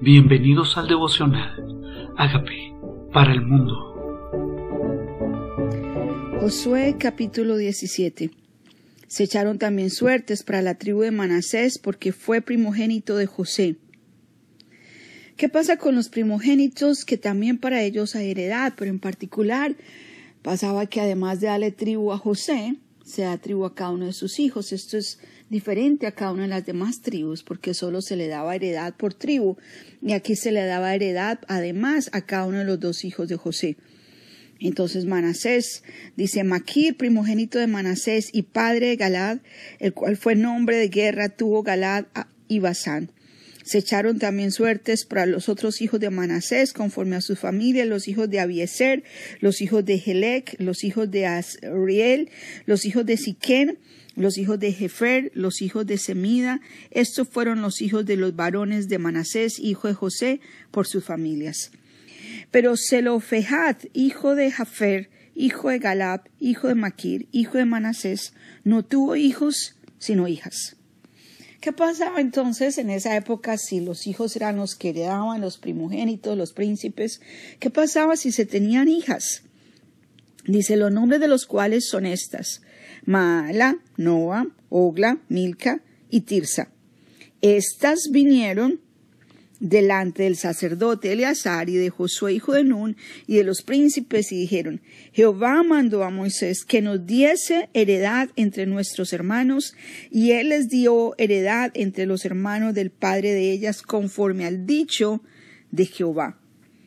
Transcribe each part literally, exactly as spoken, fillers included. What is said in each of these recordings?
Bienvenidos al devocional Ágape para el mundo. Josué capítulo diecisiete. Se echaron también suertes para la tribu de Manasés porque fue primogénito de José. ¿Qué pasa con los primogénitos? Que también para ellos hay heredad, pero en particular pasaba que además de darle tribu a José, se da tribu a cada uno de sus hijos. Esto es diferente a cada una de las demás tribus, porque solo se le daba heredad por tribu, y aquí se le daba heredad además a cada uno de los dos hijos de José. Entonces Manasés, dice Maquir, primogénito de Manasés y padre de Galaad, el cual fue nombre de guerra, tuvo Galaad y Basán. Se echaron también suertes para los otros hijos de Manasés, conforme a su familia, los hijos de Abiezer, los hijos de Helec, los hijos de Asriel, los hijos de Siquén, los hijos de Jefer, los hijos de Semida. Estos fueron los hijos de los varones de Manasés, hijo de José, por sus familias. Pero Zelofehad, hijo de Jafer, hijo de Galad, hijo de Maquir, hijo de Manasés, no tuvo hijos, sino hijas. ¿Qué pasaba entonces en esa época si los hijos eran los que heredaban, los primogénitos, los príncipes? ¿Qué pasaba si se tenían hijas? Dice, los nombres de los cuales son estas: Maala, Noa, Ogla, Milca y Tirsa. Estas vinieron delante del sacerdote Eleazar y de Josué hijo de Nun y de los príncipes y dijeron: Jehová mandó a Moisés que nos diese heredad entre nuestros hermanos, y él les dio heredad entre los hermanos del padre de ellas conforme al dicho de Jehová.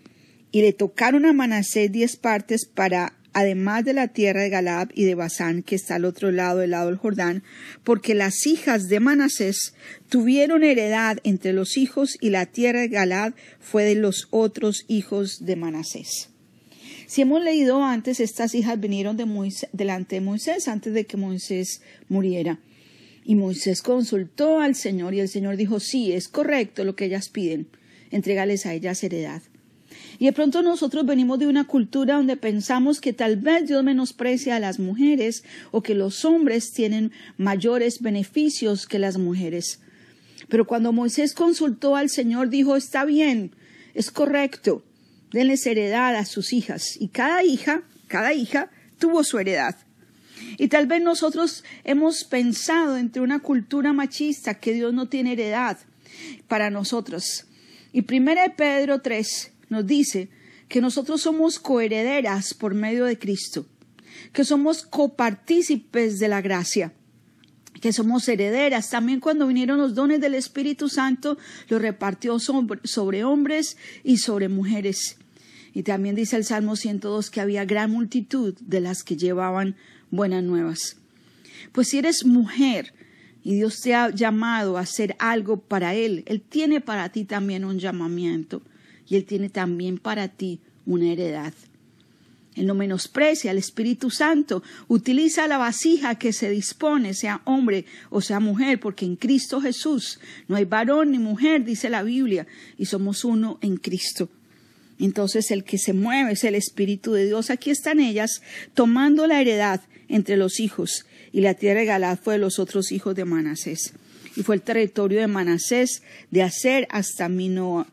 Y le tocaron a Manasés diez partes para además de la tierra de Galaad y de Basán, que está al otro lado del lado del Jordán, porque las hijas de Manasés tuvieron heredad entre los hijos, y la tierra de Galaad fue de los otros hijos de Manasés. Si hemos leído antes, estas hijas vinieron de Moisés, delante de Moisés antes de que Moisés muriera. Y Moisés consultó al Señor, y el Señor dijo: sí, es correcto lo que ellas piden, entrégales a ellas heredad. Y de pronto nosotros venimos de una cultura donde pensamos que tal vez Dios menosprecia a las mujeres o que los hombres tienen mayores beneficios que las mujeres. Pero cuando Moisés consultó al Señor, dijo: está bien, es correcto, denles heredad a sus hijas. Y cada hija, cada hija tuvo su heredad. Y tal vez nosotros hemos pensado entre una cultura machista que Dios no tiene heredad para nosotros. Y primera de Pedro tres nos dice que nosotros somos coherederas por medio de Cristo, que somos copartícipes de la gracia, que somos herederas. También cuando vinieron los dones del Espíritu Santo, los repartió sobre, sobre hombres y sobre mujeres. Y también dice el Salmo ciento dos que había gran multitud de las que llevaban buenas nuevas. Pues si eres mujer y Dios te ha llamado a hacer algo para Él, Él tiene para ti también un llamamiento. Y Él tiene también para ti una heredad. Él no menosprecia al Espíritu Santo. Utiliza la vasija que se dispone, sea hombre o sea mujer, porque en Cristo Jesús no hay varón ni mujer, dice la Biblia, y somos uno en Cristo. Entonces el que se mueve es el Espíritu de Dios. Aquí están ellas tomando la heredad entre los hijos, y la tierra de Galaad fue de los otros hijos de Manasés. Y fue el territorio de Manasés de Aser hasta Mino,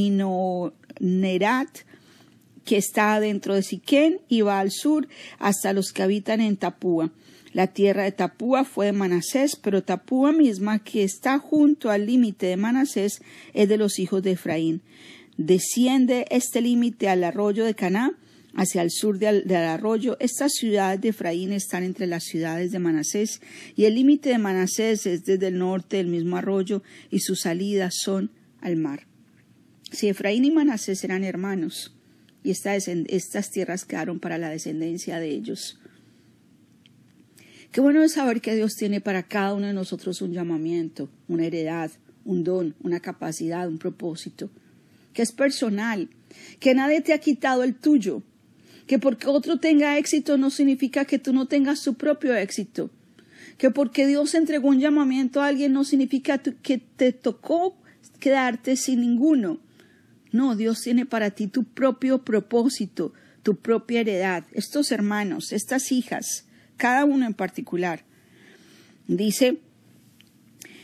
Minonerat, que está dentro de Siquén, y va al sur hasta los que habitan en Tapúa. La tierra de Tapúa fue de Manasés, pero Tapúa misma, que está junto al límite de Manasés, es de los hijos de Efraín. Desciende este límite al arroyo de Caná, hacia el sur del, del arroyo. Estas ciudades de Efraín están entre las ciudades de Manasés, y el límite de Manasés es desde el norte del mismo arroyo, y sus salidas son al mar. Si Efraín y Manasés eran hermanos, y esta, estas tierras quedaron para la descendencia de ellos. Qué bueno es saber que Dios tiene para cada uno de nosotros un llamamiento, una heredad, un don, una capacidad, un propósito, que es personal, que nadie te ha quitado el tuyo, que porque otro tenga éxito no significa que tú no tengas tu propio éxito, que porque Dios entregó un llamamiento a alguien no significa que te tocó quedarte sin ninguno. No, Dios tiene para ti tu propio propósito, tu propia heredad. Estos hermanos, estas hijas, cada uno en particular, dice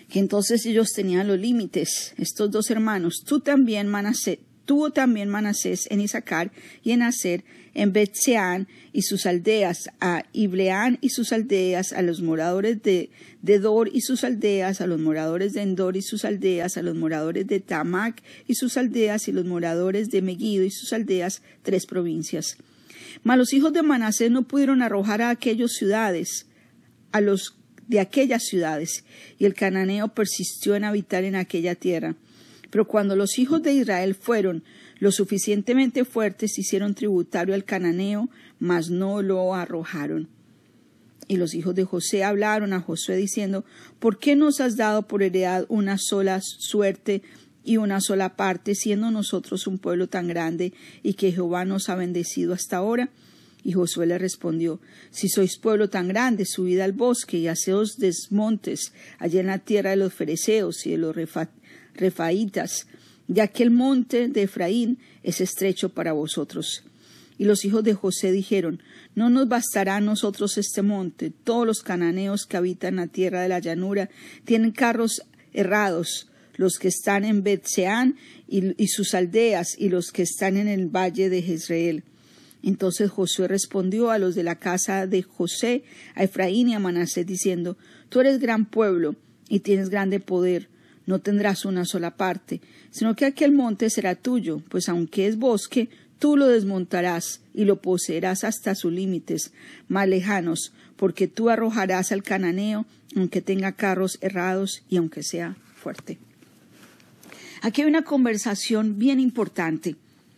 que entonces ellos tenían los límites, estos dos hermanos. Tú también, Manasés, tuvo también Manasés en Isaacar y en Aser, en Bet-Seán y sus aldeas, a Ibleán y sus aldeas, a los moradores de, de Dor y sus aldeas, a los moradores de Endor y sus aldeas, a los moradores de Tamac y sus aldeas, y los moradores de Megiddo y sus aldeas, tres provincias. Mas los hijos de Manasés no pudieron arrojar a aquellas ciudades, a los de aquellas ciudades, y el cananeo persistió en habitar en aquella tierra. Pero cuando los hijos de Israel fueron lo suficientemente fuertes, hicieron tributario al cananeo, mas no lo arrojaron. Y los hijos de José hablaron a Josué diciendo: ¿por qué nos has dado por heredad una sola suerte y una sola parte, siendo nosotros un pueblo tan grande, y que Jehová nos ha bendecido hasta ahora? Y Josué le respondió: si sois pueblo tan grande, subid al bosque y haceos desmontes allá en la tierra de los fereceos y de los refa refaitas, ya que el monte de Efraín es estrecho para vosotros. Y los hijos de José dijeron: no nos bastará a nosotros este monte. Todos los cananeos que habitan la tierra de la llanura tienen carros errados, los que están en Bet-Seán y, y sus aldeas, y los que están en el valle de Jezreel. Entonces Josué respondió a los de la casa de José, a Efraín y a Manasés, diciendo: tú eres gran pueblo y tienes grande poder. No tendrás una sola parte, sino que aquel monte será tuyo, pues aunque es bosque, tú lo desmontarás y lo poseerás hasta sus límites más lejanos, porque tú arrojarás al cananeo, aunque tenga carros errados y aunque sea fuerte. Aquí hay una conversación bien importante.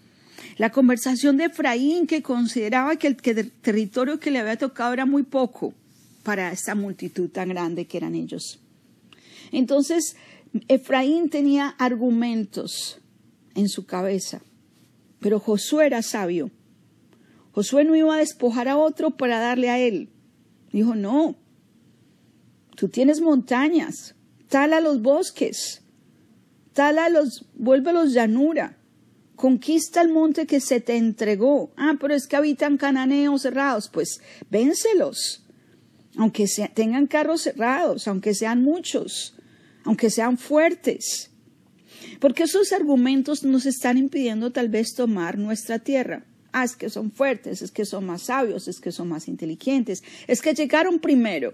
La conversación de Efraín, que consideraba que el, que el territorio que le había tocado era muy poco para esta multitud tan grande que eran ellos. Entonces, Efraín tenía argumentos en su cabeza, pero Josué era sabio. Josué no iba a despojar a otro para darle a él. Dijo: no, tú tienes montañas, tala los bosques, tala los, vuélvelos llanura, conquista el monte que se te entregó. Ah, pero es que habitan cananeos cerrados, pues véncelos, aunque sea, tengan carros cerrados, aunque sean muchos, aunque sean fuertes, porque esos argumentos nos están impidiendo tal vez tomar nuestra tierra. Ah, es que son fuertes, es que son más sabios, es que son más inteligentes, es que llegaron primero,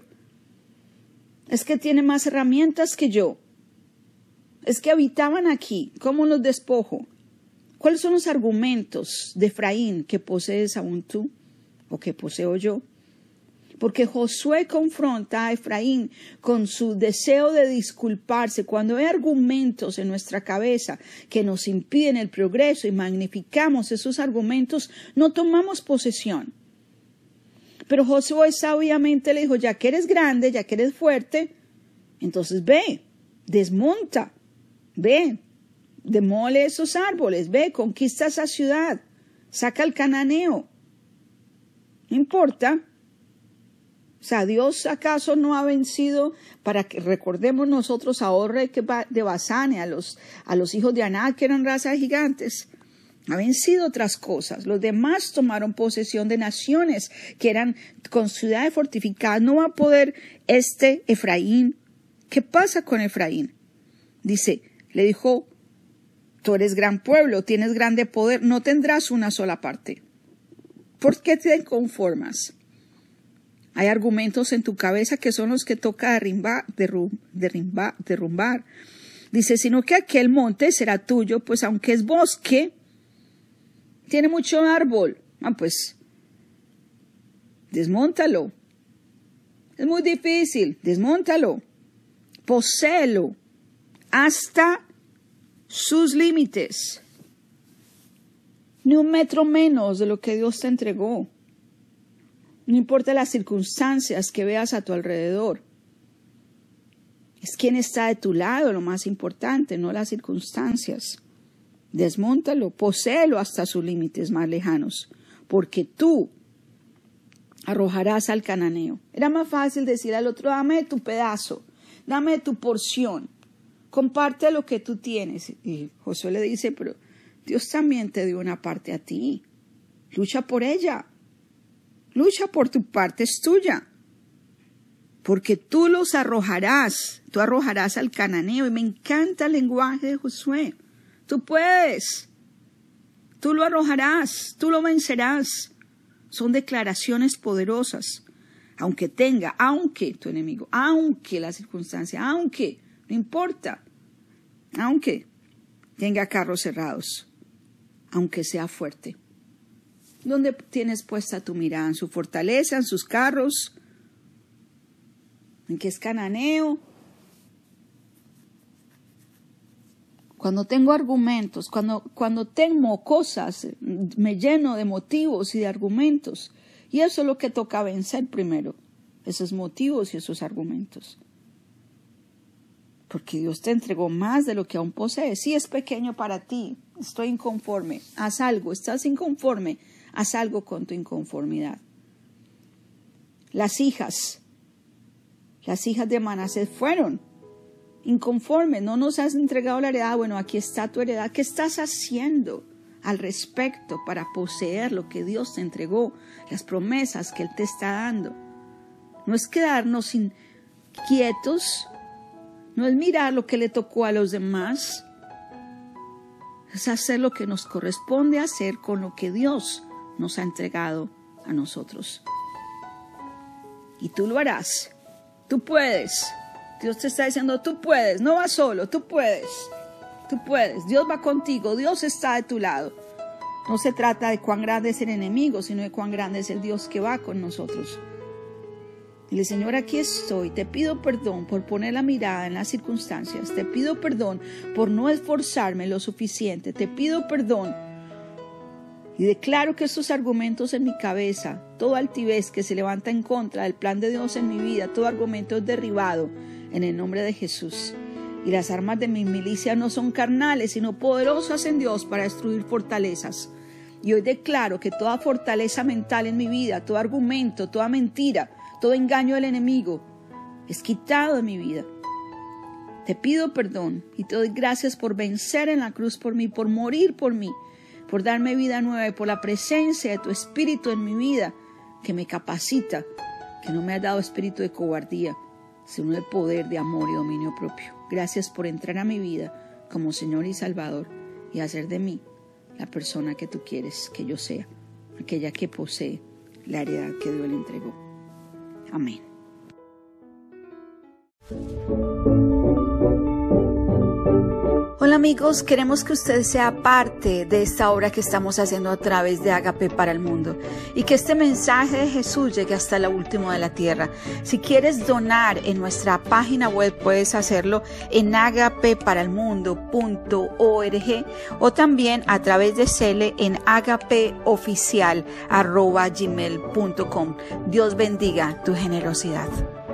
es que tienen más herramientas que yo, es que habitaban aquí, ¿cómo los despojo? ¿Cuáles son los argumentos de Efraín que posees aún tú o que poseo yo? Porque Josué confronta a Efraín con su deseo de disculparse. Cuando hay argumentos en nuestra cabeza que nos impiden el progreso y magnificamos esos argumentos, no tomamos posesión. Pero Josué sabiamente le dijo: ya que eres grande, ya que eres fuerte, entonces ve, desmonta, ve, demole esos árboles, ve, conquista esa ciudad, saca al cananeo. No importa. O sea, ¿Dios acaso no ha vencido, para que recordemos nosotros a Orre de Basán, a los, a los hijos de Aná, que eran raza de gigantes? Ha vencido otras cosas. Los demás tomaron posesión de naciones que eran con ciudades fortificadas. No va a poder este Efraín. ¿Qué pasa con Efraín? Dice, le dijo: tú eres gran pueblo, tienes grande poder, no tendrás una sola parte. ¿Por qué te conformas? Hay argumentos en tu cabeza que son los que toca derrimbar, derrum, derrimbar, derrumbar. Dice: sino que aquel monte será tuyo, pues aunque es bosque, tiene mucho árbol. Ah, pues, desmóntalo. Es muy difícil, desmóntalo. Poséelo hasta sus límites. Ni un metro menos de lo que Dios te entregó. No importa las circunstancias que veas a tu alrededor. Es quién está de tu lado lo más importante, no las circunstancias. Desmóntalo, poséelo hasta sus límites más lejanos, porque tú arrojarás al cananeo. Era más fácil decir al otro: dame tu pedazo, dame tu porción, comparte lo que tú tienes. Y Josué le dice: pero Dios también te dio una parte a ti, lucha por ella. Lucha por tu parte, es tuya. porque tú los arrojarás, tú arrojarás al cananeo. Y me encanta el lenguaje de Josué. Tú puedes, tú lo arrojarás, tú lo vencerás. Son declaraciones poderosas. Aunque tenga, aunque tu enemigo, aunque la circunstancia, aunque, no importa, aunque tenga carros cerrados, aunque sea fuerte. ¿Dónde tienes puesta tu mirada? ¿En su fortaleza, en sus carros? ¿En qué es cananeo? Cuando tengo argumentos, cuando, cuando tengo cosas, me lleno de motivos y de argumentos. Y eso es lo que toca vencer primero, esos motivos y esos argumentos. Porque Dios te entregó más de lo que aún posees. Si es pequeño para ti, estoy inconforme, haz algo. Estás inconforme, haz algo con tu inconformidad. Las hijas, las hijas de Manasés fueron inconformes, no nos has entregado la heredad. Bueno, aquí está tu heredad. ¿Qué estás haciendo al respecto para poseer lo que Dios te entregó, las promesas que Él te está dando? No es quedarnos inquietos, no es mirar lo que le tocó a los demás, es hacer lo que nos corresponde hacer con lo que Dios nos ha entregado a nosotros. Y tú lo harás, tú puedes. Dios te está diciendo, tú puedes, no vas solo, tú puedes. Tú puedes, Dios va contigo, Dios está de tu lado. No se trata de cuán grande es el enemigo, sino de cuán grande es el Dios que va con nosotros. Dile, Señor, aquí estoy, te pido perdón por poner la mirada en las circunstancias, te pido perdón por no esforzarme lo suficiente, te pido perdón. Y declaro que estos argumentos en mi cabeza, toda altivez que se levanta en contra del plan de Dios en mi vida, todo argumento es derribado en el nombre de Jesús. Y las armas de mi milicia no son carnales, sino poderosas en Dios para destruir fortalezas. Y hoy declaro que toda fortaleza mental en mi vida, todo argumento, toda mentira, todo engaño del enemigo es quitado de mi vida. Te pido perdón y te doy gracias por vencer en la cruz por mí, por morir por mí, por darme vida nueva y por la presencia de tu Espíritu en mi vida que me capacita, que no me has dado espíritu de cobardía, sino de poder, de amor y dominio propio. Gracias por entrar a mi vida como Señor y Salvador y hacer de mí la persona que tú quieres que yo sea, aquella que posee la heredad que Dios le entregó. Amén. Hola amigos, queremos que usted sea parte de esta obra que estamos haciendo a través de Ágape para el mundo y que este mensaje de Jesús llegue hasta lo último de la tierra. Si quieres donar en nuestra página web, puedes hacerlo en agape para el mundo punto org o también a través de Cele en agapeoficial arroba gmail punto com. Dios bendiga tu generosidad.